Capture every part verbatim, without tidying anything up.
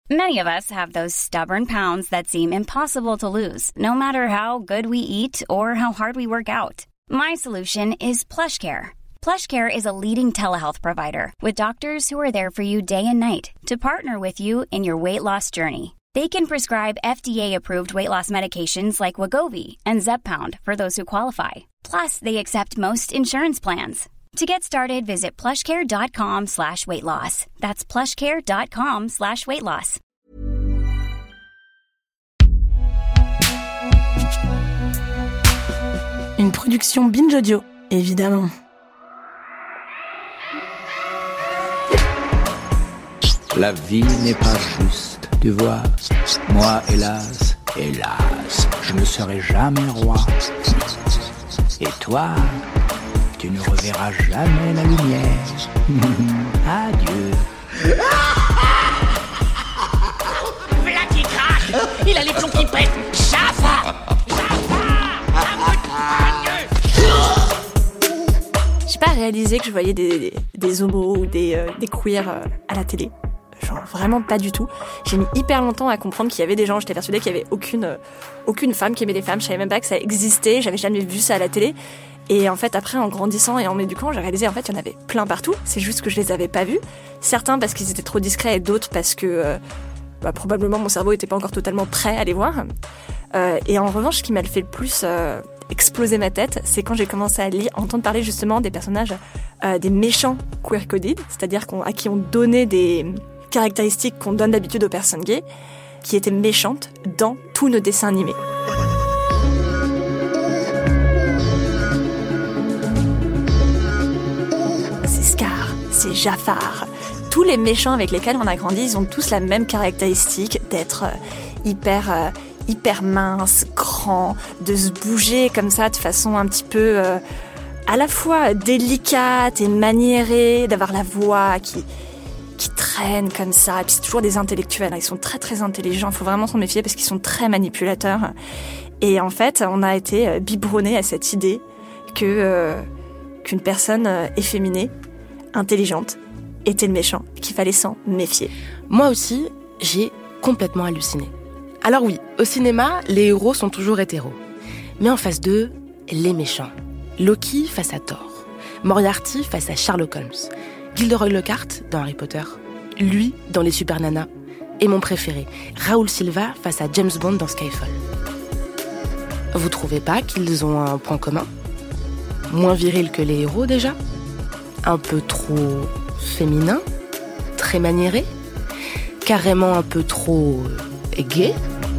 Many of us have those stubborn pounds that seem impossible to lose, no matter how good we eat or how hard we work out. My solution is PlushCare. PlushCare is a leading telehealth provider with doctors who are there for you day and night to partner with you in your weight loss journey. They can prescribe F D A-approved weight loss medications like Wegovy and Zepbound for those who qualify. Plus, they accept most insurance plans. To get started, visit plushcare.com slash weight loss. That's plushcare.com slash weight loss. Une production Binge Audio, évidemment. La vie n'est pas juste, tu vois. Moi, hélas, hélas, je ne serai jamais roi. Et toi, tu ne reverras jamais la lumière. Adieu. Voilà qui crache. Il a les plombs qui pètent. Jafar. J'ai pas réalisé que je voyais des, des, des homos ou des, euh, des queers euh, à la télé. Genre vraiment pas du tout. J'ai mis hyper longtemps à comprendre qu'il y avait des gens. J'étais persuadée qu'il y avait aucune, euh, aucune femme qui aimait des femmes. Je savais même pas que ça existait. J'avais jamais vu ça à la télé. Et en fait, après, en grandissant et en m'éduquant, j'ai réalisé en fait, il y en avait plein partout. C'est juste que je les avais pas vus. Certains parce qu'ils étaient trop discrets et d'autres parce que euh, bah, probablement mon cerveau était pas encore totalement prêt à les voir. Euh, et en revanche, ce qui m'a fait le plus euh, exploser ma tête, c'est quand j'ai commencé à lire, entendre parler justement des personnages, euh, des méchants queer-coded, c'est-à-dire qu'on, à qui on donnait des caractéristiques qu'on donne d'habitude aux personnes gays, qui étaient méchantes dans tous nos dessins animés. C'est Jafar. Tous les méchants avec lesquels on a grandi, ils ont tous la même caractéristique d'être hyper, euh, hyper mince, grand, de se bouger comme ça de façon un petit peu euh, à la fois délicate et maniérée, d'avoir la voix qui, qui traîne comme ça. Et puis c'est toujours des intellectuels, hein. Ils sont très très intelligents, il faut vraiment s'en méfier parce qu'ils sont très manipulateurs. Et en fait, on a été biberonnés à cette idée que, euh, qu'une personne efféminée, intelligente, était le méchant, qu'il fallait s'en méfier. Moi aussi, j'ai complètement halluciné. Alors oui, au cinéma, les héros sont toujours hétéros. Mais en face d'eux, les méchants. Loki face à Thor. Moriarty face à Sherlock Holmes. Gilderoy Lockhart dans Harry Potter. Lui dans Les Super Nanas. Et mon préféré, Raoul Silva face à James Bond dans Skyfall. Vous trouvez pas qu'ils ont un point commun ? Moins viril que les héros déjà ? Un peu trop féminin, très maniéré, carrément un peu trop gay.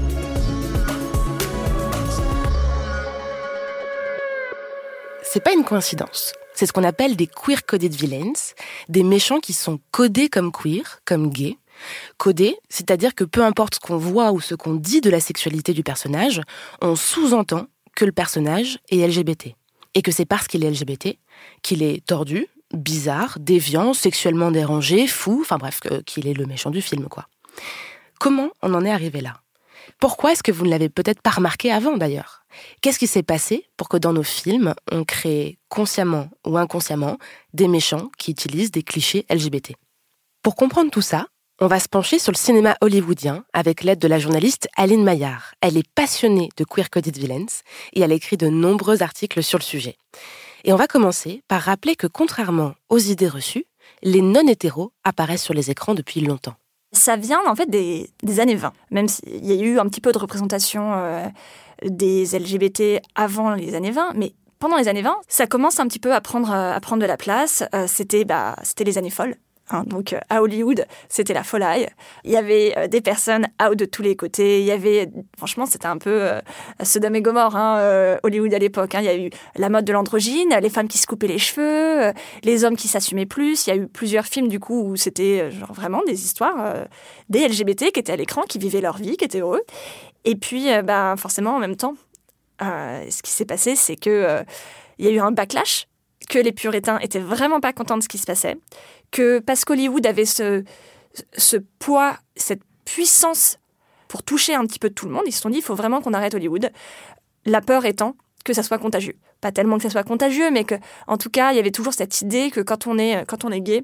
C'est pas une coïncidence. C'est ce qu'on appelle des queer-coded villains, des méchants qui sont codés comme queer, comme gays. Codés, c'est-à-dire que peu importe ce qu'on voit ou ce qu'on dit de la sexualité du personnage, on sous-entend que le personnage est L G B T. Et que c'est parce qu'il est L G B T qu'il est tordu, bizarre, déviant, sexuellement dérangé, fou, enfin bref, euh, qu'il est le méchant du film, quoi. Comment on en est arrivé là ? Pourquoi est-ce que vous ne l'avez peut-être pas remarqué avant, d'ailleurs ? Qu'est-ce qui s'est passé pour que dans nos films, on crée consciemment ou inconsciemment des méchants qui utilisent des clichés L G B T ? Pour comprendre tout ça, on va se pencher sur le cinéma hollywoodien avec l'aide de la journaliste Aline Maillard. Elle est passionnée de queer-coded villains et elle a écrit de nombreux articles sur le sujet. Et on va commencer par rappeler que contrairement aux idées reçues, les non-hétéros apparaissent sur les écrans depuis longtemps. Ça vient en fait des, des années vingt, même s'il y a eu un petit peu de représentation euh, des L G B T avant les années vingt, mais pendant les années vingt, ça commence un petit peu à prendre, à prendre de la place. Euh, c'était, bah, c'était les années folles. Hein, donc, euh, à Hollywood, c'était la folie. Il y avait euh, des personnes out de tous les côtés. Il y avait, franchement, c'était un peu euh, Sodome et Gomorrhe, hein, euh, Hollywood à l'époque. Hein. Il y a eu la mode de l'androgyne, les femmes qui se coupaient les cheveux, euh, les hommes qui s'assumaient plus. Il y a eu plusieurs films, du coup, où c'était euh, genre, vraiment des histoires euh, des L G B T qui étaient à l'écran, qui vivaient leur vie, qui étaient heureux. Et puis, euh, bah, forcément, en même temps, euh, ce qui s'est passé, c'est qu'il euh, y a eu un backlash, que les puritains étaient vraiment pas contents de ce qui se passait, que parce qu'Hollywood avait ce, ce poids, cette puissance pour toucher un petit peu tout le monde, ils se sont dit, il faut vraiment qu'on arrête Hollywood. La peur étant que ça soit contagieux. Pas tellement que ça soit contagieux, mais que, en tout cas, il y avait toujours cette idée que quand on est, quand on est gay,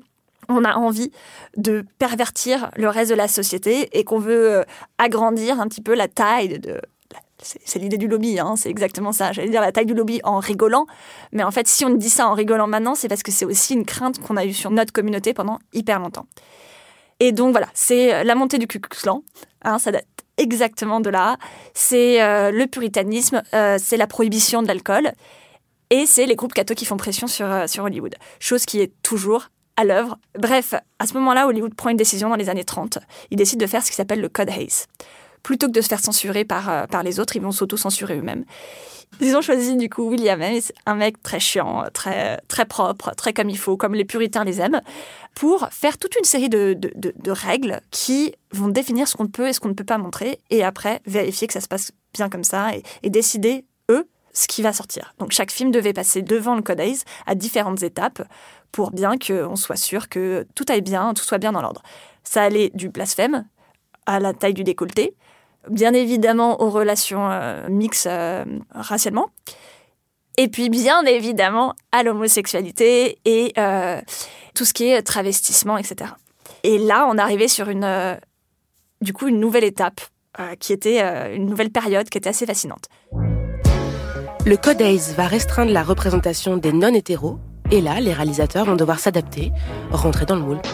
on a envie de pervertir le reste de la société et qu'on veut agrandir un petit peu la taille de... C'est, c'est l'idée du lobby, hein, c'est exactement ça. J'allais dire la taille du lobby en rigolant. Mais en fait, si on dit ça en rigolant maintenant, c'est parce que c'est aussi une crainte qu'on a eue sur notre communauté pendant hyper longtemps. Et donc voilà, c'est la montée du Ku Klux Klan. Hein, ça date exactement de là. C'est euh, le puritanisme, euh, c'est la prohibition de l'alcool. Et c'est les groupes cathos qui font pression sur, euh, sur Hollywood. Chose qui est toujours à l'œuvre. Bref, à ce moment-là, Hollywood prend une décision dans les années trente. Il décide de faire ce qui s'appelle le Code Hayes. Plutôt que de se faire censurer par, euh, par les autres, ils vont s'auto-censurer eux-mêmes. Ils ont choisi du coup William Hayes, un mec très chiant, très, très propre, très comme il faut, comme les puritains les aiment, pour faire toute une série de, de, de, de règles qui vont définir ce qu'on peut et ce qu'on ne peut pas montrer, et après vérifier que ça se passe bien comme ça, et, et décider, eux, ce qui va sortir. Donc chaque film devait passer devant le Code Hayes à différentes étapes pour bien qu'on soit sûr que tout aille bien, tout soit bien dans l'ordre. Ça allait du blasphème à la taille du décolleté, bien évidemment aux relations euh, mixtes euh, racialement, et puis bien évidemment à l'homosexualité et euh, tout ce qui est travestissement, et cetera. Et là, on arrivait sur une, euh, du coup, une nouvelle étape, euh, qui était euh, une nouvelle période qui était assez fascinante. Le Code Hayes va restreindre la représentation des non-hétéros, et là, les réalisateurs vont devoir s'adapter, rentrer dans le moule.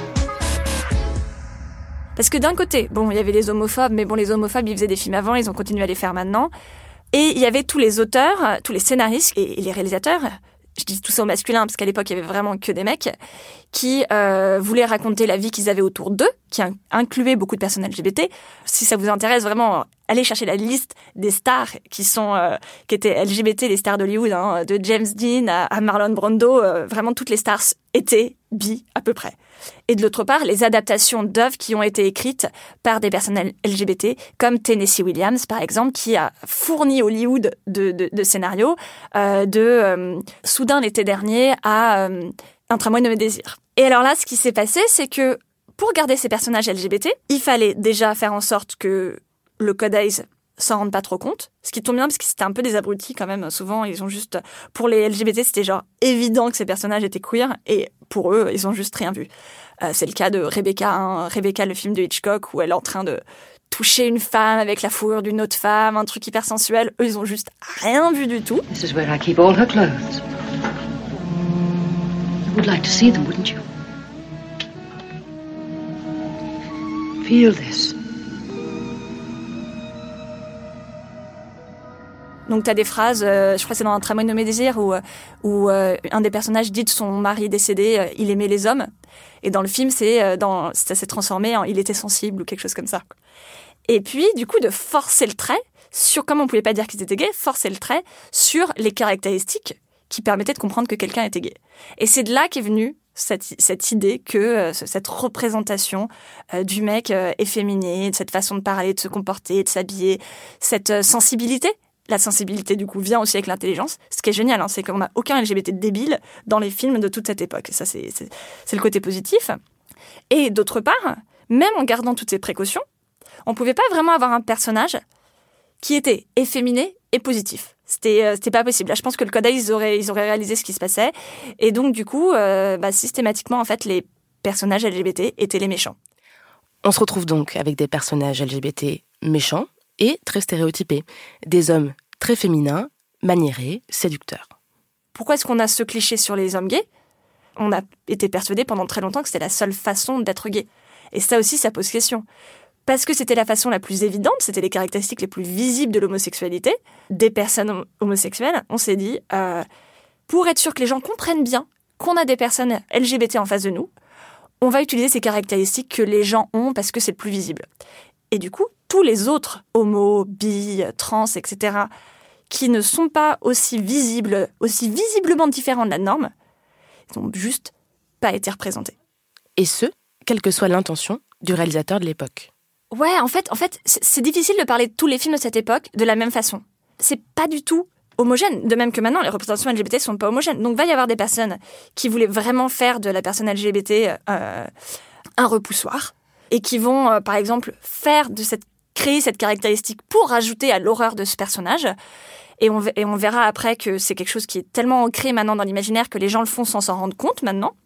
Parce que d'un côté, bon, il y avait les homophobes, mais bon, les homophobes, ils faisaient des films avant, ils ont continué à les faire maintenant. Et il y avait tous les auteurs, tous les scénaristes et les réalisateurs, je dis tout ça au masculin, parce qu'à l'époque, il y avait vraiment que des mecs, qui euh, voulaient raconter la vie qu'ils avaient autour d'eux, qui incluaient beaucoup de personnes L G B T. Si ça vous intéresse vraiment, allez chercher la liste des stars qui sont euh, qui étaient L G B T, les stars d'Hollywood, hein, de James Dean à, à Marlon Brando, euh, vraiment toutes les stars étaient bi à peu près. Et de l'autre part, les adaptations d'œuvres qui ont été écrites par des personnes L G B T, comme Tennessee Williams, par exemple, qui a fourni Hollywood de, de, de scénarios, euh, de euh, Soudain l'été dernier à euh, Un tramway nommé Désir. Et alors là, ce qui s'est passé, c'est que pour garder ces personnages L G B T, il fallait déjà faire en sorte que le Code Hayes s'en rende pas trop compte, ce qui tombe bien parce que c'était un peu des abrutis quand même. Souvent, ils ont juste, pour les L G B T, c'était genre évident que ces personnages étaient queer, et pour eux, ils ont juste rien vu. Euh, c'est le cas de Rebecca, hein, Rebecca, le film de Hitchcock, où elle est en train de toucher une femme avec la fourrure d'une autre femme, un truc hyper sensuel. Eux, ils ont juste rien vu du tout. This is where I keep all her clothes. You would like to see them, wouldn't you? Feel this. Donc t'as des phrases, euh, je crois que c'est dans Un tramway nommé Désir, où, où euh, un des personnages dit de son mari décédé, euh, il aimait les hommes. Et dans le film, c'est, euh, dans, ça s'est transformé en il était sensible ou quelque chose comme ça. Et puis, du coup, de forcer le trait sur, comme on pouvait pas dire qu'ils étaient gays, forcer le trait sur les caractéristiques qui permettaient de comprendre que quelqu'un était gay. Et c'est de là qu'est venue cette, cette idée que euh, cette représentation euh, du mec euh, efféminé, de cette façon de parler, de se comporter, de s'habiller, cette euh, sensibilité. La sensibilité, du coup, vient aussi avec l'intelligence. Ce qui est génial, hein, c'est qu'on n'a aucun L G B T débile dans les films de toute cette époque. Ça, c'est, c'est, c'est le côté positif. Et d'autre part, même en gardant toutes ces précautions, on ne pouvait pas vraiment avoir un personnage qui était efféminé et positif. C'était, euh, c'était pas possible. Là, je pense que le Code Hayes, ils auraient, ils auraient réalisé ce qui se passait. Et donc, du coup, euh, bah, systématiquement, en fait, les personnages L G B T étaient les méchants. On se retrouve donc avec des personnages L G B T méchants et très stéréotypés. Des hommes très féminins, maniérés, séducteurs. Pourquoi est-ce qu'on a ce cliché sur les hommes gays ? On a été persuadé pendant très longtemps que c'était la seule façon d'être gay. Et ça aussi, ça pose question. Parce que c'était la façon la plus évidente, c'était les caractéristiques les plus visibles de l'homosexualité, des personnes homosexuelles, on s'est dit, euh, pour être sûr que les gens comprennent bien qu'on a des personnes L G B T en face de nous, on va utiliser ces caractéristiques que les gens ont parce que c'est le plus visible. Et du coup, tous les autres homos, bi, trans, et cetera, qui ne sont pas aussi visibles, aussi visiblement différents de la norme, ils n'ont juste pas été représentés. Et ce, quelle que soit l'intention du réalisateur de l'époque. Ouais, en fait, en fait, c'est, c'est difficile de parler de tous les films de cette époque de la même façon. C'est pas du tout homogène, de même que maintenant, les représentations L G B T sont pas homogènes. Donc, va y avoir des personnes qui voulaient vraiment faire de la personne L G B T euh, un repoussoir, et qui vont, euh, par exemple, faire de cette, créer cette caractéristique pour rajouter à l'horreur de ce personnage. Et on, et on verra après que c'est quelque chose qui est tellement ancré maintenant dans l'imaginaire que les gens le font sans s'en rendre compte maintenant.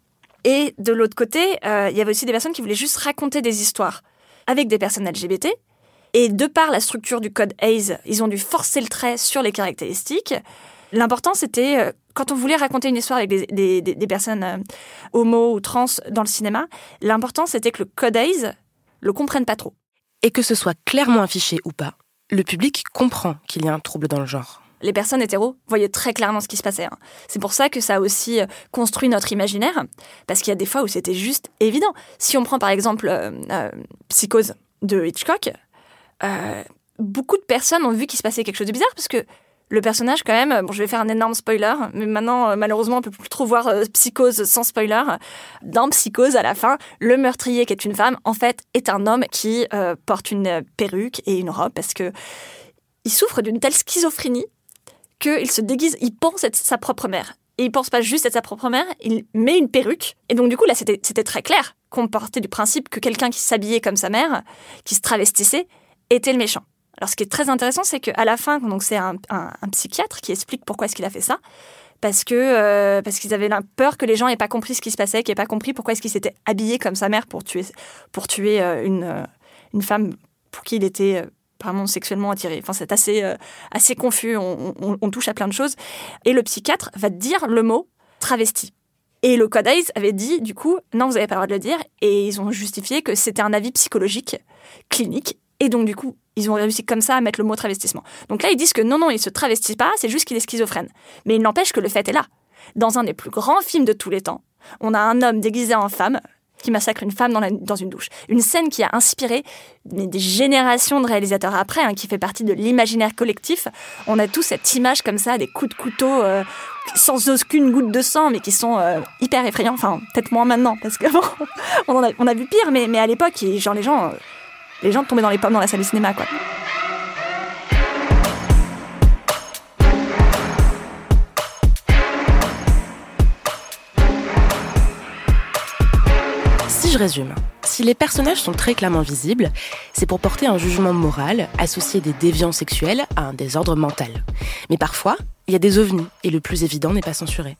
Et de l'autre côté, euh, il y avait aussi des personnes qui voulaient juste raconter des histoires avec des personnes L G B T. Et de par la structure du code A I S, ils ont dû forcer le trait sur les caractéristiques. L'important, c'était, euh, quand on voulait raconter une histoire avec des, des, des, des personnes euh, homo ou trans dans le cinéma, l'important, c'était que le code A I S le comprenne pas trop. Et que ce soit clairement affiché ou pas, le public comprend qu'il y a un trouble dans le genre. Les personnes hétéros voyaient très clairement ce qui se passait. Hein. C'est pour ça que ça a aussi construit notre imaginaire, parce qu'il y a des fois où c'était juste évident. Si on prend par exemple euh, euh, Psychose de Hitchcock, euh, beaucoup de personnes ont vu qu'il se passait quelque chose de bizarre, parce que le personnage, quand même, bon, je vais faire un énorme spoiler, mais maintenant, euh, malheureusement, on peut plus trop voir euh, Psychose sans spoiler. Dans Psychose, à la fin, le meurtrier, qui est une femme, en fait, est un homme qui euh, porte une perruque et une robe, parce que il souffre d'une telle schizophrénie qu'il se déguise, il pense être sa propre mère. Et il pense pas juste être sa propre mère, il met une perruque. Et donc, du coup, là, c'était, c'était très clair qu'on partait du principe que quelqu'un qui s'habillait comme sa mère, qui se travestissait, était le méchant. Alors, ce qui est très intéressant, c'est qu'à la fin, donc c'est un, un, un psychiatre qui explique pourquoi est-ce qu'il a fait ça, parce que euh, parce qu'ils avaient peur que les gens n'aient pas compris ce qui se passait, qu'ils n'aient pas compris pourquoi est-ce qu'il s'était habillé comme sa mère pour tuer pour tuer euh, une euh, une femme pour qui il était euh, apparemment sexuellement attiré. Enfin, c'est assez euh, assez confus. On, on, on touche à plein de choses. Et le psychiatre va dire le mot travesti. Et le code A I S avait dit, du coup, non, vous n'avez pas le droit de le dire. Et ils ont justifié que c'était un avis psychologique, clinique. Et donc, du coup, ils ont réussi comme ça à mettre le mot travestissement. Donc là, ils disent que non, non, il ne se travestit pas, c'est juste qu'il est schizophrène. Mais il n'empêche que le fait est là. Dans un des plus grands films de tous les temps, on a un homme déguisé en femme qui massacre une femme dans, la, dans une douche. Une scène qui a inspiré des générations de réalisateurs après, hein, qui fait partie de l'imaginaire collectif. On a tous cette image comme ça, des coups de couteau euh, sans aucune goutte de sang, mais qui sont euh, hyper effrayants. Enfin, peut-être moins maintenant, parce que bon, on, en a, on a vu pire, mais, mais à l'époque, genre les gens... Euh, Les gens tombaient dans les pommes dans la salle de cinéma, quoi. Si je résume, si les personnages sont très clairement visibles, c'est pour porter un jugement moral, associer des déviants sexuels à un désordre mental. Mais parfois, il y a des ovnis, et le plus évident n'est pas censuré.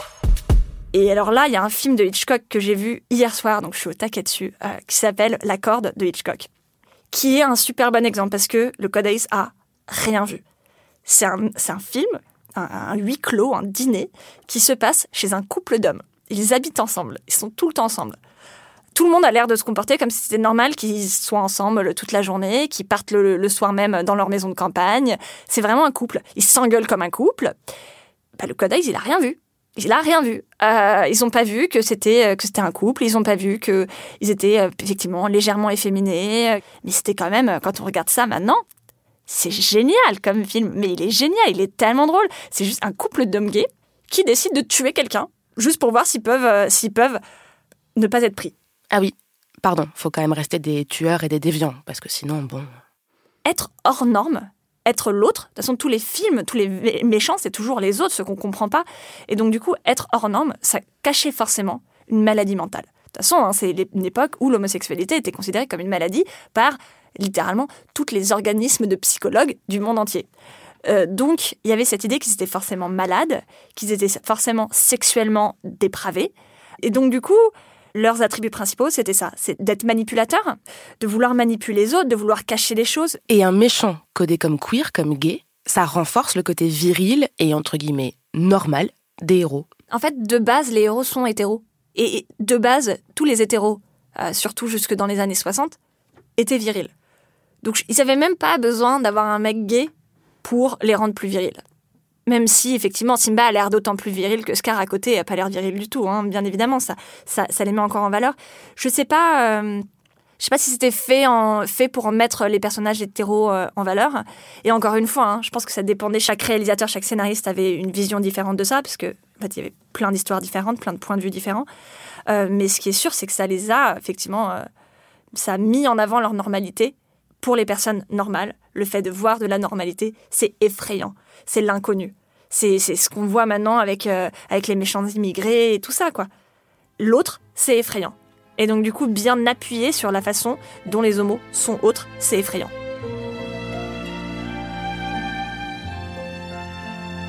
Et alors là, il y a un film de Hitchcock que j'ai vu hier soir, donc je suis au taquet dessus, euh, qui s'appelle La Corde de Hitchcock, qui est un super bon exemple parce que le code A I S a rien vu. C'est un, c'est un film, un, un huis clos, un dîner, qui se passe chez un couple d'hommes. Ils habitent ensemble, ils sont tout le temps ensemble. Tout le monde a l'air de se comporter comme si c'était normal qu'ils soient ensemble toute la journée, qu'ils partent le, le soir même dans leur maison de campagne. C'est vraiment un couple. Ils s'engueulent comme un couple. Bah, le code A I S, il a rien vu. Il a rien vu. Euh, ils n'ont pas vu que c'était que c'était un couple. Ils n'ont pas vu que ils étaient euh, effectivement légèrement efféminés. Mais c'était quand même, quand on regarde ça maintenant, c'est génial comme film. Mais il est génial, il est tellement drôle. C'est juste un couple d'hommes gays qui décident de tuer quelqu'un juste pour voir s'ils peuvent euh, s'ils peuvent ne pas être pris. Ah oui, pardon, faut quand même rester des tueurs et des déviants parce que sinon, bon. Être hors norme. Être l'autre, de toute façon, tous les films, tous les méchants, c'est toujours les autres, ceux qu'on ne comprend pas. Et donc, du coup, être hors norme, ça cachait forcément une maladie mentale. De toute façon, hein, c'est une époque où l'homosexualité était considérée comme une maladie par, littéralement, tous les organismes de psychologues du monde entier. Euh, donc, il y avait cette idée qu'ils étaient forcément malades, qu'ils étaient forcément sexuellement dépravés. Et donc, du coup... leurs attributs principaux, c'était ça, c'est d'être manipulateur, de vouloir manipuler les autres, de vouloir cacher les choses. Et un méchant codé comme queer, comme gay, ça renforce le côté viril et entre guillemets normal des héros. En fait, de base, les héros sont hétéros. Et de base, tous les hétéros, euh, surtout jusque dans les années soixante, étaient virils. Donc ils n'avaient même pas besoin d'avoir un mec gay pour les rendre plus virils. Même si, effectivement, Simba a l'air d'autant plus viril que Scar à côté n'a pas l'air viril du tout, hein, bien évidemment, ça, ça, ça les met encore en valeur. Je sais pas, euh, je sais pas si c'était fait, en, fait pour mettre les personnages hétéros euh, en valeur. Et encore une fois, hein, je pense que ça dépendait, chaque réalisateur, chaque scénariste avait une vision différente de ça, parce que, en fait, il y avait plein d'histoires différentes, plein de points de vue différents. Euh, mais ce qui est sûr, c'est que ça les a, effectivement, euh, ça a mis en avant leur normalité. Pour les personnes normales, le fait de voir de la normalité, c'est effrayant. C'est l'inconnu. C'est, c'est ce qu'on voit maintenant avec, euh, avec les méchants immigrés et tout ça, quoi. L'autre, c'est effrayant. Et donc, du coup, bien appuyer sur la façon dont les homos sont autres, c'est effrayant.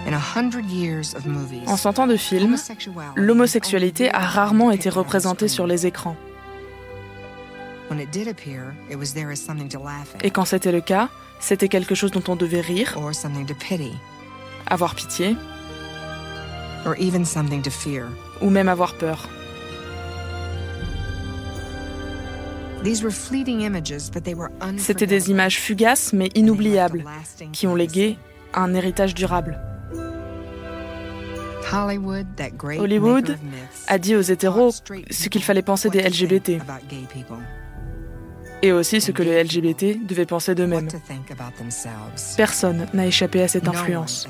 En cent ans de films, l'homosexualité a rarement été représentée sur les écrans. Et quand c'était le cas, c'était quelque chose dont on devait rire, avoir pitié, ou même avoir peur. C'était des images fugaces mais inoubliables, qui ont légué un héritage durable. Hollywood a dit aux hétéros ce qu'il fallait penser des L G B T, et aussi ce que les L G B T devaient penser d'eux-mêmes. Personne n'a échappé à cette influence.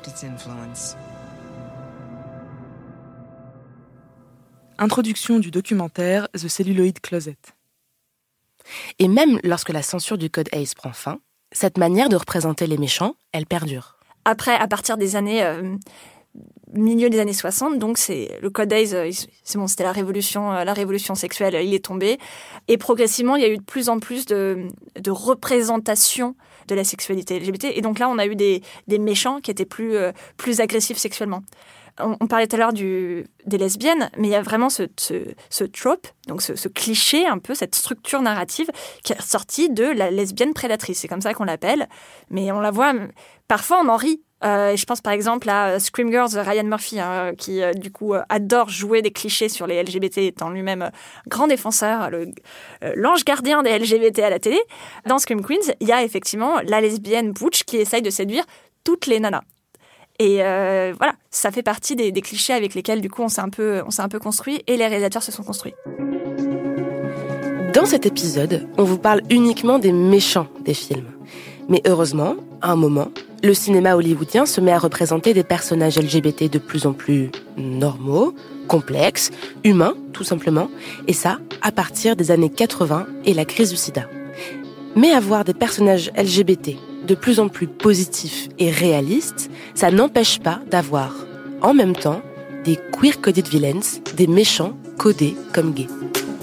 Introduction du documentaire The Celluloid Closet. Et même lorsque la censure du code Hays prend fin, cette manière de représenter les méchants, elle perdure. Après, à partir des années... Euh, milieu des années soixante, donc c'est le code Hays, euh, c'est bon, c'était la révolution, euh, la révolution sexuelle, il est tombé. Et progressivement, il y a eu de plus en plus de, de représentation de la sexualité L G B T. Et donc là, on a eu des, des méchants qui étaient plus, euh, plus agressifs sexuellement. On, on parlait tout à l'heure du, des lesbiennes, mais il y a vraiment ce, ce, ce trope, donc ce, ce cliché un peu, cette structure narrative qui est sortie de la lesbienne prédatrice. C'est comme ça qu'on l'appelle. Mais on la voit, parfois on en rit. Euh, je pense par exemple à Scream Girls, Ryan Murphy, hein, qui euh, du coup euh, adore jouer des clichés sur les L G B T, étant lui-même euh, grand défenseur, le, euh, l'ange gardien des L G B T à la télé. Dans Scream Queens, il y a effectivement la lesbienne butch qui essaye de séduire toutes les nanas. Et euh, voilà, ça fait partie des, des clichés avec lesquels du coup on s'est un peu, on s'est un peu construit et les réalisateurs se sont construits. Dans cet épisode, on vous parle uniquement des méchants des films. Mais heureusement, à un moment, le cinéma hollywoodien se met à représenter des personnages L G B T de plus en plus normaux, complexes, humains, tout simplement, et ça, à partir des années quatre-vingts et la crise du sida. Mais avoir des personnages L G B T de plus en plus positifs et réalistes, ça n'empêche pas d'avoir, en même temps, des queer-coded villains, des méchants codés comme gays.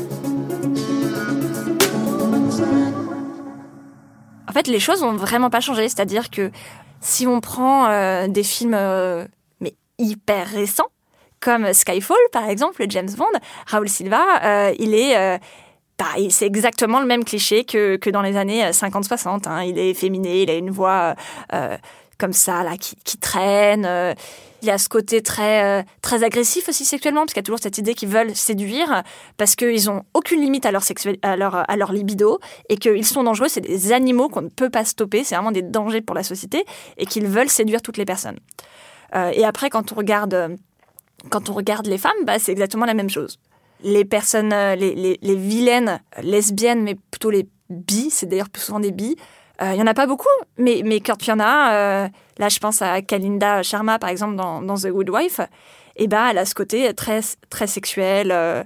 En fait, les choses n'ont vraiment pas changé. C'est-à-dire que si on prend euh, des films euh, mais hyper récents, comme Skyfall, par exemple, le James Bond, Raoul Silva, euh, il est... Euh, bah, c'est exactement le même cliché que, que dans les années cinquante soixante. Hein. Il est efféminé, il a une voix euh, comme ça, là, qui, qui traîne. Euh, il a ce côté très, euh, très agressif aussi sexuellement, parce qu'il y a toujours cette idée qu'ils veulent séduire, parce qu'ils n'ont aucune limite à leur, sexuel, à, leur, à leur libido, et qu'ils sont dangereux, c'est des animaux qu'on ne peut pas stopper, c'est vraiment des dangers pour la société, et qu'ils veulent séduire toutes les personnes. Euh, et après, quand on regarde, quand on regarde les femmes, bah, c'est exactement la même chose. Les personnes, les, les, les vilaines lesbiennes, mais plutôt les bi, c'est d'ailleurs plus souvent des bi, il euh, n'y en a pas beaucoup, mais, mais quand il y en a, euh, là je pense à Kalinda Sharma par exemple dans, dans The Good Wife, et ben elle a ce côté très, très sexuel. Euh,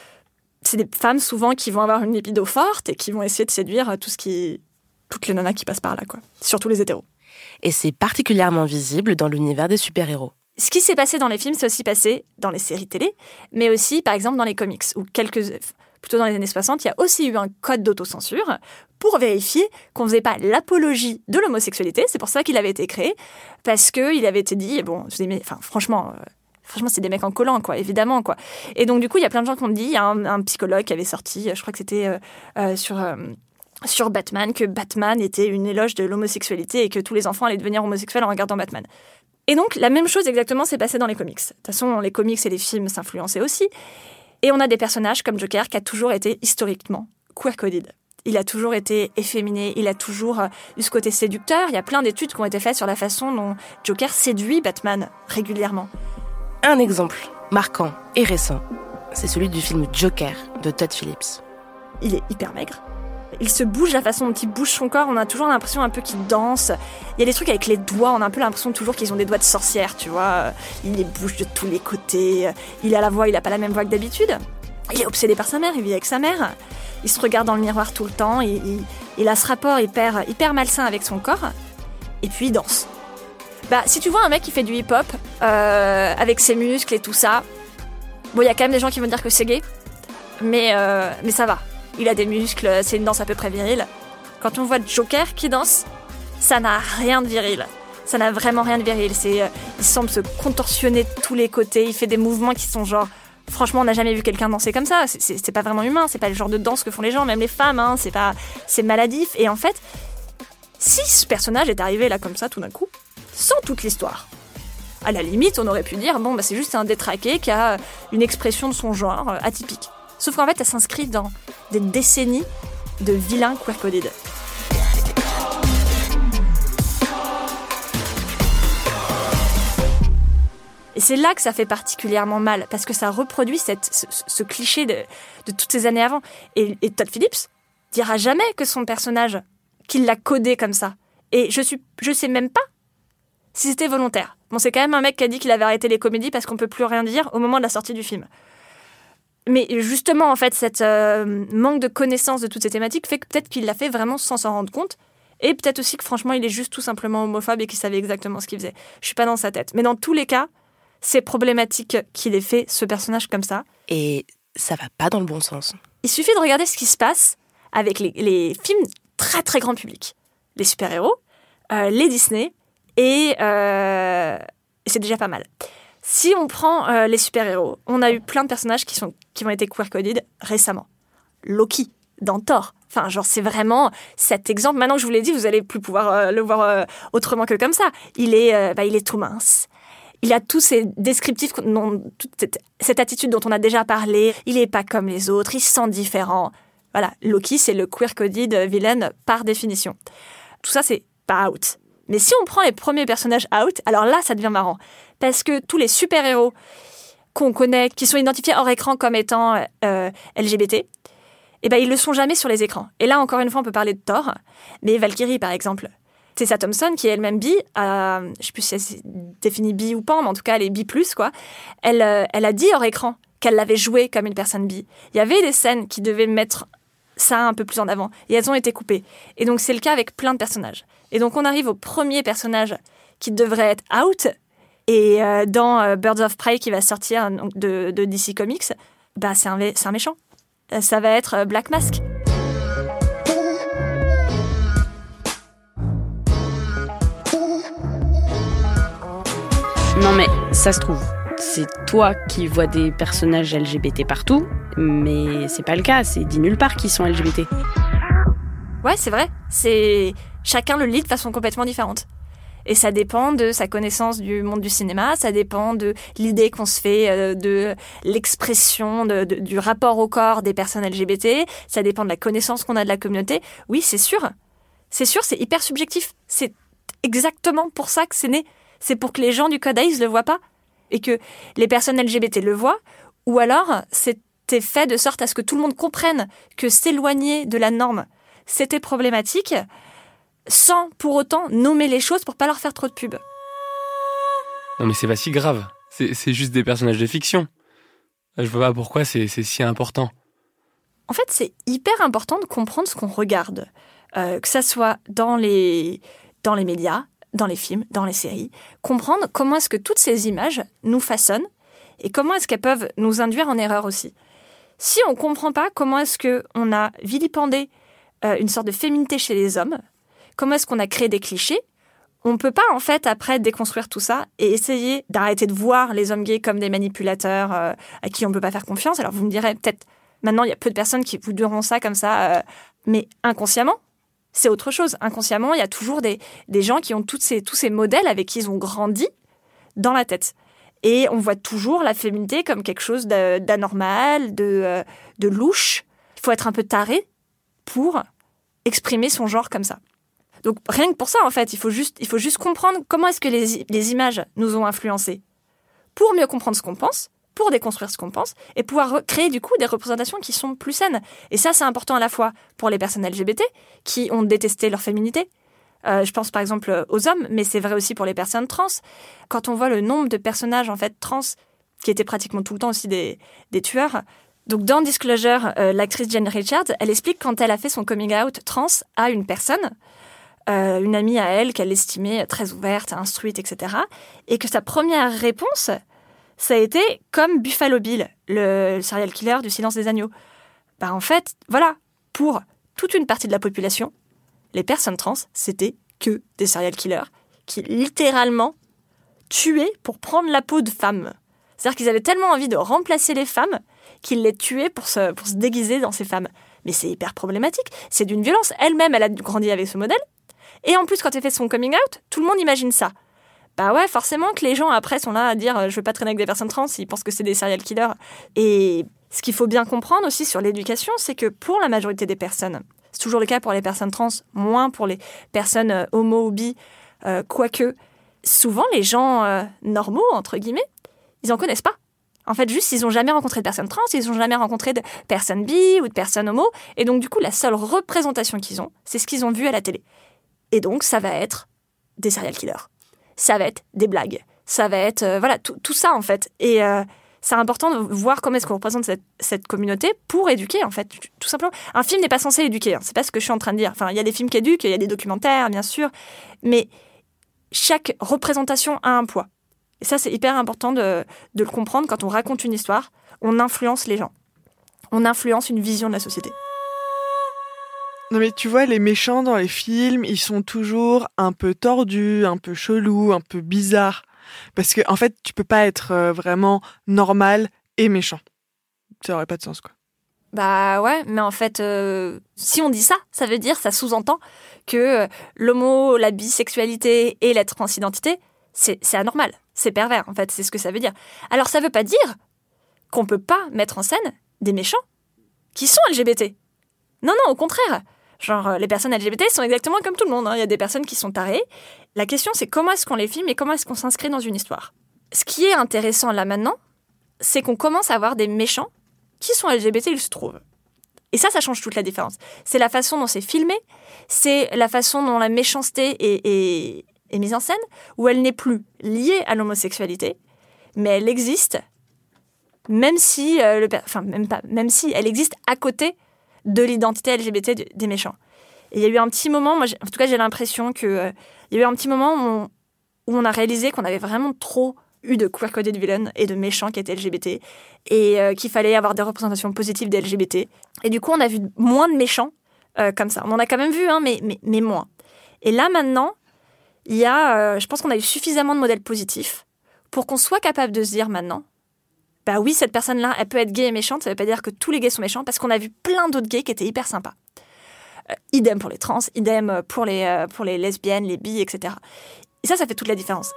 c'est des femmes souvent qui vont avoir une libido forte et qui vont essayer de séduire tout ce qui, toutes les nanas qui passent par là, quoi. Surtout les hétéros. Et c'est particulièrement visible dans l'univers des super-héros. Ce qui s'est passé dans les films, c'est aussi passé dans les séries télé, mais aussi par exemple dans les comics, où quelques... plutôt dans les années soixante, il y a aussi eu un code d'autocensure pour vérifier qu'on ne faisait pas l'apologie de l'homosexualité. C'est pour ça qu'il avait été créé, parce qu'il avait été dit, bon, enfin, franchement, euh, franchement, c'est des mecs en collant, quoi, évidemment, quoi. Et donc, du coup, il y a plein de gens qui ont dit, il y a un, un psychologue qui avait sorti, je crois que c'était euh, euh, sur... Euh, sur Batman, que Batman était une éloge de l'homosexualité et que tous les enfants allaient devenir homosexuels en regardant Batman. Et donc, la même chose exactement s'est passée dans les comics. De toute façon, les comics et les films s'influençaient aussi. Et on a des personnages comme Joker qui a toujours été historiquement queer-coded. Il a toujours été efféminé, il a toujours eu ce côté séducteur. Il y a plein d'études qui ont été faites sur la façon dont Joker séduit Batman régulièrement. Un exemple marquant et récent, c'est celui du film Joker de Todd Phillips. Il est hyper maigre. Il se bouge, la façon dont il bouge son corps, on a toujours l'impression un peu qu'il danse. Il y a des trucs avec les doigts, on a un peu l'impression toujours qu'ils ont des doigts de sorcière, tu vois. Il les bouge de tous les côtés. Il a la voix, il a pas la même voix que d'habitude. Il est obsédé par sa mère, il vit avec sa mère. Il se regarde dans le miroir tout le temps. Il, il, il a ce rapport hyper, hyper malsain avec son corps. Et puis il danse. Bah, si tu vois un mec qui fait du hip-hop, euh, avec ses muscles et tout ça, bon, il y a quand même des gens qui vont dire que c'est gay. Mais, euh, mais ça va. Il a des muscles, c'est une danse à peu près virile. Quand on voit Joker qui danse, ça n'a rien de viril. Ça n'a vraiment rien de viril. C'est, euh, il semble se contorsionner de tous les côtés. Il fait des mouvements qui sont genre... Franchement, on n'a jamais vu quelqu'un danser comme ça. C'est, c'est, c'est pas vraiment humain. C'est pas le genre de danse que font les gens, même les femmes. Hein. C'est pas, c'est maladif. Et en fait, si ce personnage est arrivé là comme ça tout d'un coup, sans toute l'histoire, à la limite, on aurait pu dire bon, bah c'est juste un détraqué qui a une expression de son genre euh, atypique. Sauf qu'en fait, elle s'inscrit dans des décennies de vilains queer-coded. Et c'est là que ça fait particulièrement mal, parce que ça reproduit cette, ce, ce cliché de, de toutes ces années avant. Et, et Todd Phillips dira jamais que son personnage, qu'il l'a codé comme ça. Et je suis, je sais même pas si c'était volontaire. Bon, c'est quand même un mec qui a dit qu'il avait arrêté les comédies parce qu'on peut plus rien dire au moment de la sortie du film. Mais justement, en fait, cette euh, manque de connaissance de toutes ces thématiques fait que peut-être qu'il l'a fait vraiment sans s'en rendre compte. Et peut-être aussi que franchement, il est juste tout simplement homophobe et qu'il savait exactement ce qu'il faisait. Je suis pas dans sa tête. Mais dans tous les cas, c'est problématique qu'il ait fait ce personnage comme ça. Et ça va pas dans le bon sens. Il suffit de regarder ce qui se passe avec les, les films très très grand public. Les super-héros, euh, les Disney, et, euh, et c'est déjà pas mal. Si on prend euh, les super-héros, on a eu plein de personnages qui, sont, qui ont été queer-coded récemment. Loki, dans Thor. Enfin, genre, c'est vraiment cet exemple. Maintenant que je vous l'ai dit, vous allez plus pouvoir euh, le voir euh, autrement que comme ça. Il est, euh, bah, il est tout mince. Il a tous ces descriptifs, non, toute cette, cette attitude dont on a déjà parlé. Il est pas comme les autres, il se sent différent. Voilà, Loki, c'est le queer-coded villain par définition. Tout ça, c'est pas out. Mais si on prend les premiers personnages out, alors là, ça devient marrant. Parce que tous les super-héros qu'on connaît, qui sont identifiés hors écran comme étant euh, L G B T, eh ben, ils le sont jamais sur les écrans. Et là, encore une fois, on peut parler de Thor, mais Valkyrie, par exemple. Tessa Thompson, qui est elle-même bi, euh, je sais plus si elle s'est définie bi ou pas, mais en tout cas, elle est bi plus, quoi. Elle, euh, elle a dit hors écran qu'elle l'avait joué comme une personne bi. Il y avait des scènes qui devaient mettre ça un peu plus en avant, et elles ont été coupées. Et donc, c'est le cas avec plein de personnages. Et donc, on arrive au premier personnage qui devrait être out, et euh, dans euh, Birds of Prey, qui va sortir donc, de, de D C Comics, bah, c'est un, c'est un méchant. Euh, ça va être euh, Black Mask. Non mais, ça se trouve, c'est toi qui vois des personnages L G B T partout, mais c'est pas le cas, c'est dit nulle part qu'ils sont L G B T. Ouais, c'est vrai. C'est... Chacun le lit de façon complètement différente. Et ça dépend de sa connaissance du monde du cinéma, ça dépend de l'idée qu'on se fait euh, de l'expression, de, de, du rapport au corps des personnes L G B T, ça dépend de la connaissance qu'on a de la communauté. Oui, c'est sûr. C'est sûr, c'est hyper subjectif. C'est exactement pour ça que c'est né. C'est pour que les gens du Code A I S le voient pas et que les personnes L G B T le voient, ou alors c'était fait de sorte à ce que tout le monde comprenne que s'éloigner de la norme, c'était problématique, sans pour autant nommer les choses pour pas leur faire trop de pub. Non mais c'est pas si grave, c'est, c'est juste des personnages de fiction. Je vois pas pourquoi c'est, c'est si important. En fait, c'est hyper important de comprendre ce qu'on regarde, euh, que ça soit dans les, dans les médias, dans les films, dans les séries, comprendre comment est-ce que toutes ces images nous façonnent et comment est-ce qu'elles peuvent nous induire en erreur aussi. Si on ne comprend pas comment est-ce qu'on a vilipendé euh, une sorte de féminité chez les hommes, comment est-ce qu'on a créé des clichés, on ne peut pas en fait après déconstruire tout ça et essayer d'arrêter de voir les hommes gays comme des manipulateurs euh, à qui on ne peut pas faire confiance. Alors vous me direz peut-être, maintenant il y a peu de personnes qui vous diront ça comme ça, euh, mais inconsciemment, c'est autre chose. Inconsciemment, il y a toujours des, des gens qui ont toutes ces, tous ces modèles avec qui ils ont grandi dans la tête. Et on voit toujours la féminité comme quelque chose de, d'anormal, de, euh, de louche. Il faut être un peu taré pour exprimer son genre comme ça. Donc rien que pour ça, en fait, il faut juste, il faut juste comprendre comment est-ce que les, les images nous ont influencés pour mieux comprendre ce qu'on pense, pour déconstruire ce qu'on pense, et pouvoir créer du coup des représentations qui sont plus saines. Et ça, c'est important à la fois pour les personnes L G B T qui ont détesté leur féminité. Euh, je pense par exemple aux hommes, mais c'est vrai aussi pour les personnes trans. Quand on voit le nombre de personnages en fait trans, qui étaient pratiquement tout le temps aussi des, des tueurs. Donc dans Disclosure, euh, l'actrice Jen Richards, elle explique quand elle a fait son coming out trans à une personne, euh, une amie à elle qu'elle estimait très ouverte, instruite, et cetera. Et que sa première réponse, ça a été comme Buffalo Bill, le serial killer du Silence des agneaux. Bah en fait, voilà, pour toute une partie de la population, les personnes trans, c'était que des serial killers qui littéralement tuaient pour prendre la peau de femmes. C'est-à-dire qu'ils avaient tellement envie de remplacer les femmes qu'ils les tuaient pour se, pour se déguiser dans ces femmes. Mais c'est hyper problématique. C'est d'une violence. Elle-même, elle a grandi avec ce modèle. Et en plus, quand elle fait son coming out, tout le monde imagine ça. Bah ouais, forcément que les gens après sont là à dire « je veux pas traîner avec des personnes trans », ils pensent que c'est des serial killers. Et ce qu'il faut bien comprendre aussi sur l'éducation, c'est que pour la majorité des personnes, c'est toujours le cas pour les personnes trans, moins pour les personnes euh, homo ou bi, euh, quoique souvent les gens euh, normaux, entre guillemets, ils en connaissent pas. En fait, juste, ils n'ont jamais rencontré de personnes trans, ils n'ont jamais rencontré de personnes bi ou de personnes homo. Et donc, du coup, la seule représentation qu'ils ont, c'est ce qu'ils ont vu à la télé. Et donc, ça va être des serial killers. Ça va être des blagues. Ça va être, euh, voilà, tout, tout ça, en fait. Et euh, c'est important de voir comment est-ce qu'on représente cette, cette communauté pour éduquer, en fait, tout simplement. Un film n'est pas censé éduquer, hein. C'est pas ce que je suis en train de dire. Enfin, il y a des films qui éduquent, il y a des documentaires, bien sûr. Mais chaque représentation a un poids. Et ça, c'est hyper important de, de le comprendre. Quand on raconte une histoire, on influence les gens. On influence une vision de la société. Non mais tu vois, les méchants dans les films, ils sont toujours un peu tordus, un peu chelous, un peu bizarres. Parce que en fait, tu peux pas être vraiment normal et méchant. Ça aurait pas de sens, quoi. Bah ouais, mais en fait, euh, si on dit ça, ça veut dire, ça sous-entend que euh, l'homo, la bisexualité et la transidentité, c'est, c'est anormal, c'est pervers, en fait, c'est ce que ça veut dire. Alors ça veut pas dire qu'on peut pas mettre en scène des méchants qui sont L G B T. Non, non, au contraire. Genre, les personnes L G B T sont exactement comme tout le monde, hein. Il y a des personnes qui sont tarées. La question, c'est comment est-ce qu'on les filme et comment est-ce qu'on s'inscrit dans une histoire. Ce qui est intéressant là maintenant, c'est qu'on commence à avoir des méchants qui sont L G B T, il se trouve. Et ça, ça change toute la différence. C'est la façon dont c'est filmé, c'est la façon dont la méchanceté est, est, est mise en scène, où elle n'est plus liée à l'homosexualité, mais elle existe, même si, euh, le, enfin, même pas, même si elle existe à côté de l'identité L G B T des méchants. Et il y a eu un petit moment, moi, en tout cas, j'ai l'impression qu'il euh, y a eu un petit moment où on, où on a réalisé qu'on avait vraiment trop eu de queer-coded villains et de méchants qui étaient L G B T et euh, qu'il fallait avoir des représentations positives des L G B T. Et du coup, on a vu moins de méchants euh, comme ça. On en a quand même vu, hein, mais, mais, mais moins. Et là, maintenant, il y a, euh, je pense qu'on a eu suffisamment de modèles positifs pour qu'on soit capable de se dire maintenant, bah oui, cette personne-là, elle peut être gay et méchante, ça veut pas dire que tous les gays sont méchants, parce qu'on a vu plein d'autres gays qui étaient hyper sympas. Euh, idem pour les trans, idem pour les, euh, pour les lesbiennes, les bi, et cetera. Et ça, ça fait toute la différence.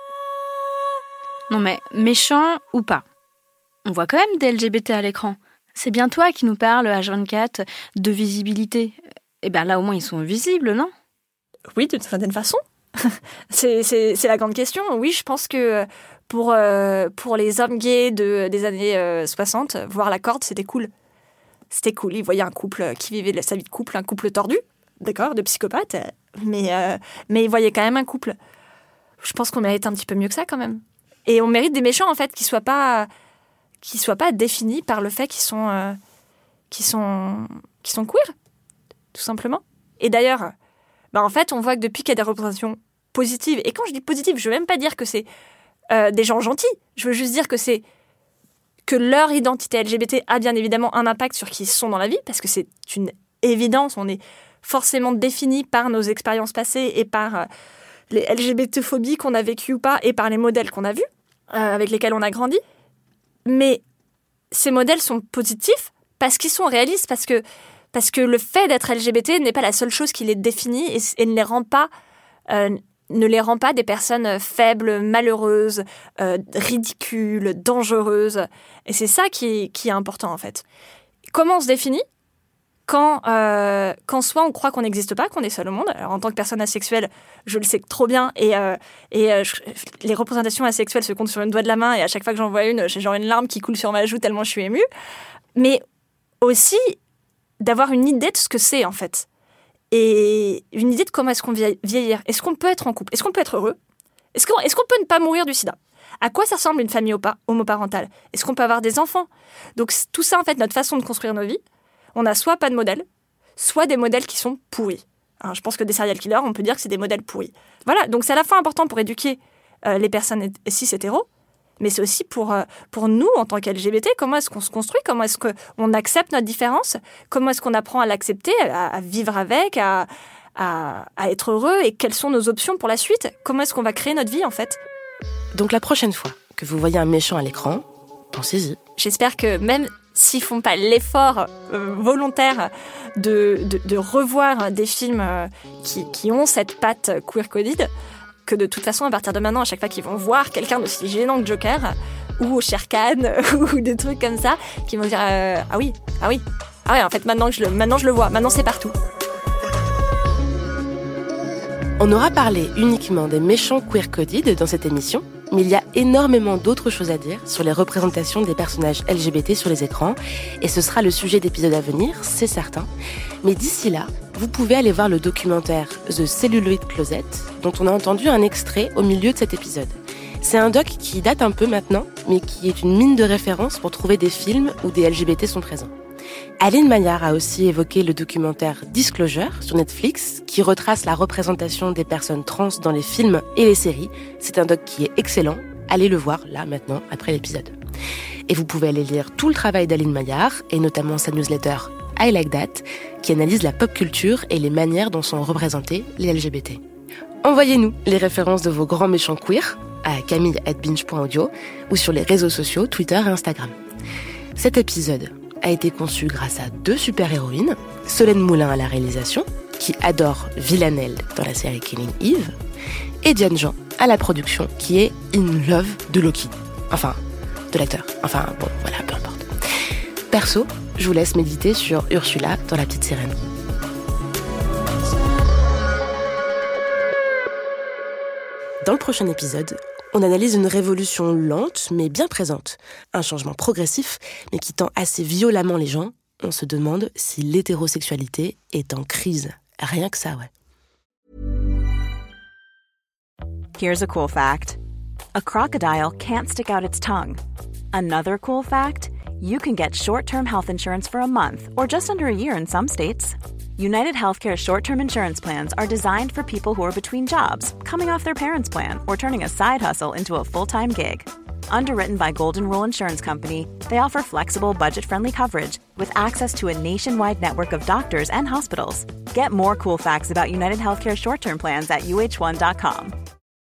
Non mais, méchant ou pas, on voit quand même des L G B T à l'écran. C'est bien toi qui nous parles, H vingt-quatre, de visibilité. Eh bien là, au moins, ils sont visibles, non ? Oui, d'une certaine façon. c'est, c'est, c'est la grande question. Oui, je pense que pour, euh, pour les hommes gays de, des années euh, soixante, voir la corde, c'était cool. C'était cool. Ils voyaient un couple qui vivait sa vie de couple, un couple tordu, d'accord, de psychopathes, mais, euh, mais ils voyaient quand même un couple. Je pense qu'on mérite un petit peu mieux que ça, quand même. Et on mérite des méchants, en fait, qui ne soient pas, qui soient pas définis par le fait qu'ils sont, euh, qu'ils sont, qu'ils sont queer, tout simplement. Et d'ailleurs, bah en fait, on voit que depuis qu'il y a des représentations positives, et quand je dis positives, je ne veux même pas dire que c'est euh, des gens gentils, je veux juste dire que c'est que leur identité L G B T a bien évidemment un impact sur qui ils sont dans la vie, parce que c'est une évidence, on est forcément défini par nos expériences passées et par euh, les L G B T-phobies qu'on a vécues ou pas, et par les modèles qu'on a vus, euh, avec lesquels on a grandi. Mais ces modèles sont positifs parce qu'ils sont réalistes, parce que, parce que le fait d'être L G B T n'est pas la seule chose qui les définit et, et ne les rend pas, euh, ne les rend pas des personnes faibles, malheureuses, euh, ridicules, dangereuses. Et c'est ça qui, qui est important, en fait. Comment on se définit ? Quand, euh, quand soit on croit qu'on n'existe pas, qu'on est seul au monde. Alors en tant que personne asexuelle, je le sais trop bien, et, euh, et euh, je, les représentations asexuelles se comptent sur une doigt de la main, et à chaque fois que j'en vois une, j'ai genre une larme qui coule sur ma joue tellement je suis émue. Mais aussi d'avoir une idée de ce que c'est, en fait. Et une idée de comment est-ce qu'on vieillit vieillir. Est-ce qu'on peut être en couple ? Est-ce qu'on peut être heureux ? Est-ce qu'on, est-ce qu'on peut ne pas mourir du sida ? À quoi ça ressemble une famille homoparentale ? Est-ce qu'on peut avoir des enfants ? Donc tout ça, en fait, notre façon de construire nos vies, on a soit pas de modèles, soit des modèles qui sont pourris. Alors, je pense que des serial killers, on peut dire que c'est des modèles pourris. Voilà, donc c'est à la fois important pour éduquer euh, les personnes cis-hétéros, mais c'est aussi pour, euh, pour nous, en tant qu'L G B T, comment est-ce qu'on se construit, comment est-ce qu'on accepte notre différence, comment est-ce qu'on apprend à l'accepter, à, à vivre avec, à, à, à être heureux et quelles sont nos options pour la suite. Comment est-ce qu'on va créer notre vie, en fait ? Donc la prochaine fois que vous voyez un méchant à l'écran, pensez-y. J'espère que même s'ils font pas l'effort euh, volontaire de, de, de revoir des films euh, qui, qui ont cette patte queer-coded, que de toute façon, à partir de maintenant, à chaque fois qu'ils vont voir quelqu'un d'aussi gênant que Joker, ou Shere Khan, ou des trucs comme ça, qu'ils vont dire euh, « Ah oui, ah oui, ah ouais, en fait, maintenant, je le, maintenant je le vois, maintenant c'est partout ». On aura parlé uniquement des méchants queer-coded dans cette émission, mais il y a énormément d'autres choses à dire sur les représentations des personnages L G B T sur les écrans, et ce sera le sujet d'épisodes à venir, c'est certain. Mais d'ici là, vous pouvez aller voir le documentaire The Celluloid Closet, dont on a entendu un extrait au milieu de cet épisode. C'est un doc qui date un peu maintenant, mais qui est une mine de référence pour trouver des films où des L G B T sont présents. Aline Maillard a aussi évoqué le documentaire Disclosure sur Netflix, qui retrace la représentation des personnes trans dans les films et les séries. C'est un doc qui est excellent. Allez le voir, là, maintenant, après l'épisode. Et vous pouvez aller lire tout le travail d'Aline Maillard, et notamment sa newsletter I Like That, qui analyse la pop culture et les manières dont sont représentés les L G B T. Envoyez-nous les références de vos grands méchants queer à camille arobase binge point audio ou sur les réseaux sociaux Twitter et Instagram. Cet épisode a été conçu grâce à deux super-héroïnes, Solène Moulin à la réalisation, qui adore Villanelle dans la série Killing Eve, et Diane Jean à la production, qui est in love de Loki. Enfin, de l'acteur. Enfin, bon, voilà, peu importe. Perso, je vous laisse méditer sur Ursula dans La Petite Sirène. Dans le prochain épisode, on analyse une révolution lente mais bien présente. Un changement progressif mais qui tend assez violemment les gens. On se demande si l'hétérosexualité est en crise. Rien que ça, ouais. Here's a cool fact. A crocodile can't stick out its tongue. Another cool fact, you can get short-term health insurance for a month or just under a year in some states. United Healthcare short-term insurance plans are designed for people who are between jobs, coming off their parents' plan, or turning a side hustle into a full-time gig. Underwritten by Golden Rule Insurance Company, they offer flexible, budget-friendly coverage with access to a nationwide network of doctors and hospitals. Get more cool facts about United Healthcare short-term plans at U H one dot com.